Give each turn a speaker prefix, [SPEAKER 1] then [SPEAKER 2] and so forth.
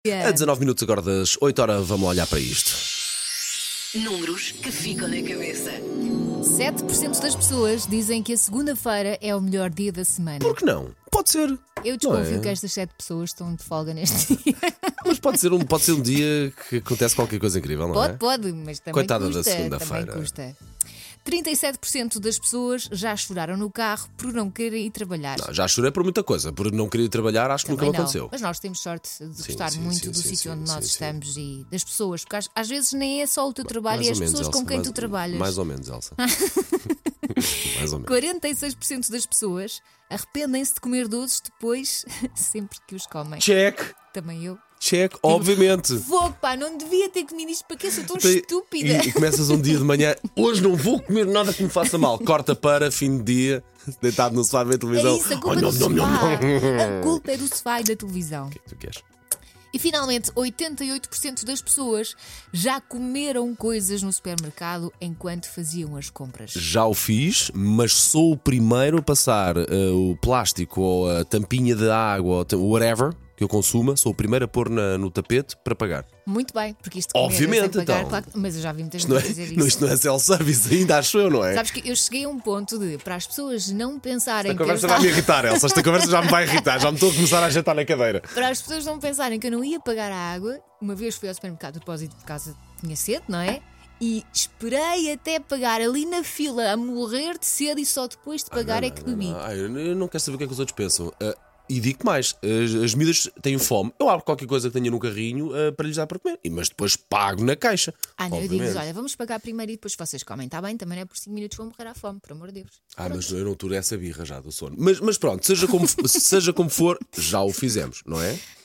[SPEAKER 1] A 19 minutos agora das 8 horas, vamos olhar para isto.
[SPEAKER 2] Números que ficam na cabeça.
[SPEAKER 3] 7% das pessoas dizem que a segunda-feira é o melhor dia da semana.
[SPEAKER 1] Por que não? Pode ser.
[SPEAKER 3] Eu desconfio
[SPEAKER 1] Não é?
[SPEAKER 3] que estas 7 pessoas estão de folga neste dia.
[SPEAKER 1] Mas pode ser um dia que acontece qualquer coisa incrível, não é?
[SPEAKER 3] Pode, mas também
[SPEAKER 1] Coitada
[SPEAKER 3] custa.
[SPEAKER 1] da segunda-feira.
[SPEAKER 3] Também custa. 37% das pessoas já choraram no carro por não quererem ir trabalhar.
[SPEAKER 1] Não, já chorei por muita coisa. Por não querer ir trabalhar, acho que
[SPEAKER 3] Também
[SPEAKER 1] nunca me
[SPEAKER 3] não.
[SPEAKER 1] aconteceu.
[SPEAKER 3] Mas nós temos sorte de
[SPEAKER 1] Sim,
[SPEAKER 3] gostar
[SPEAKER 1] sim,
[SPEAKER 3] muito
[SPEAKER 1] sim,
[SPEAKER 3] do
[SPEAKER 1] sim,
[SPEAKER 3] sítio onde
[SPEAKER 1] sim,
[SPEAKER 3] nós
[SPEAKER 1] sim.
[SPEAKER 3] estamos e das pessoas, porque às vezes nem é só o teu trabalho,
[SPEAKER 1] Mais
[SPEAKER 3] é
[SPEAKER 1] ou
[SPEAKER 3] as
[SPEAKER 1] menos,
[SPEAKER 3] pessoas com
[SPEAKER 1] Elsa,
[SPEAKER 3] quem
[SPEAKER 1] mais-
[SPEAKER 3] tu trabalhas.
[SPEAKER 1] Mais ou menos, Elsa. Mais ou menos.
[SPEAKER 3] 46% das pessoas arrependem-se de comer doces depois, sempre que os comem.
[SPEAKER 1] Check,
[SPEAKER 3] Também eu.
[SPEAKER 1] check, obviamente.
[SPEAKER 3] Fogo, pá, não devia ter comido isto, para que eu sou tão
[SPEAKER 1] E-
[SPEAKER 3] estúpida.
[SPEAKER 1] E começas um dia de manhã, hoje não vou comer nada que me faça mal. Corta para fim de dia, deitado no sofá a ver
[SPEAKER 3] É
[SPEAKER 1] televisão.
[SPEAKER 3] isso, a culpa
[SPEAKER 1] Oh,
[SPEAKER 3] é do
[SPEAKER 1] nom, nom, nom,
[SPEAKER 3] sofá.
[SPEAKER 1] nom.
[SPEAKER 3] A culpa é do sofá e da televisão.
[SPEAKER 1] O que é que tu queres?
[SPEAKER 3] E finalmente, 88% das pessoas já comeram coisas no supermercado enquanto faziam as compras.
[SPEAKER 1] Já o fiz, mas sou o primeiro a passar o plástico ou a tampinha de água, ou whatever que eu consuma, sou o primeiro a pôr no tapete para pagar.
[SPEAKER 3] Muito bem, porque isto de comer
[SPEAKER 1] Obviamente,
[SPEAKER 3] sem pagar,
[SPEAKER 1] então.
[SPEAKER 3] claro, mas eu já vi muita gente
[SPEAKER 1] Não é,
[SPEAKER 3] fazer
[SPEAKER 1] não,
[SPEAKER 3] isso.
[SPEAKER 1] isto não é self-service ainda, acho eu, não é?
[SPEAKER 3] Sabes que eu cheguei a um ponto de, para as pessoas não pensarem
[SPEAKER 1] Esta
[SPEAKER 3] que eu
[SPEAKER 1] conversa vai me
[SPEAKER 3] estava...
[SPEAKER 1] irritar, Elsa. Esta conversa já me vai irritar, já me estou a começar a ajeitar na cadeira.
[SPEAKER 3] Para as pessoas não pensarem que eu não ia pagar a água, uma vez fui ao supermercado de depósito por causa tinha sede, não é? E esperei até pagar ali na fila a morrer de sede e só depois de pagar é que bebi.
[SPEAKER 1] Eu não quero saber o que é que os outros pensam. E digo mais, as miúdas têm fome. Eu abro qualquer coisa que tenha no carrinho para lhes dar para comer. Mas depois pago na caixa.
[SPEAKER 3] Não, eu
[SPEAKER 1] obviamente.
[SPEAKER 3] digo-lhes, olha, vamos pagar primeiro e depois vocês comem, está bem? Também não é por 5 minutos vão morrer à fome, por amor de Deus.
[SPEAKER 1] Mas eu não turo essa birra já do sono. Mas pronto, seja como for, já o fizemos, não é?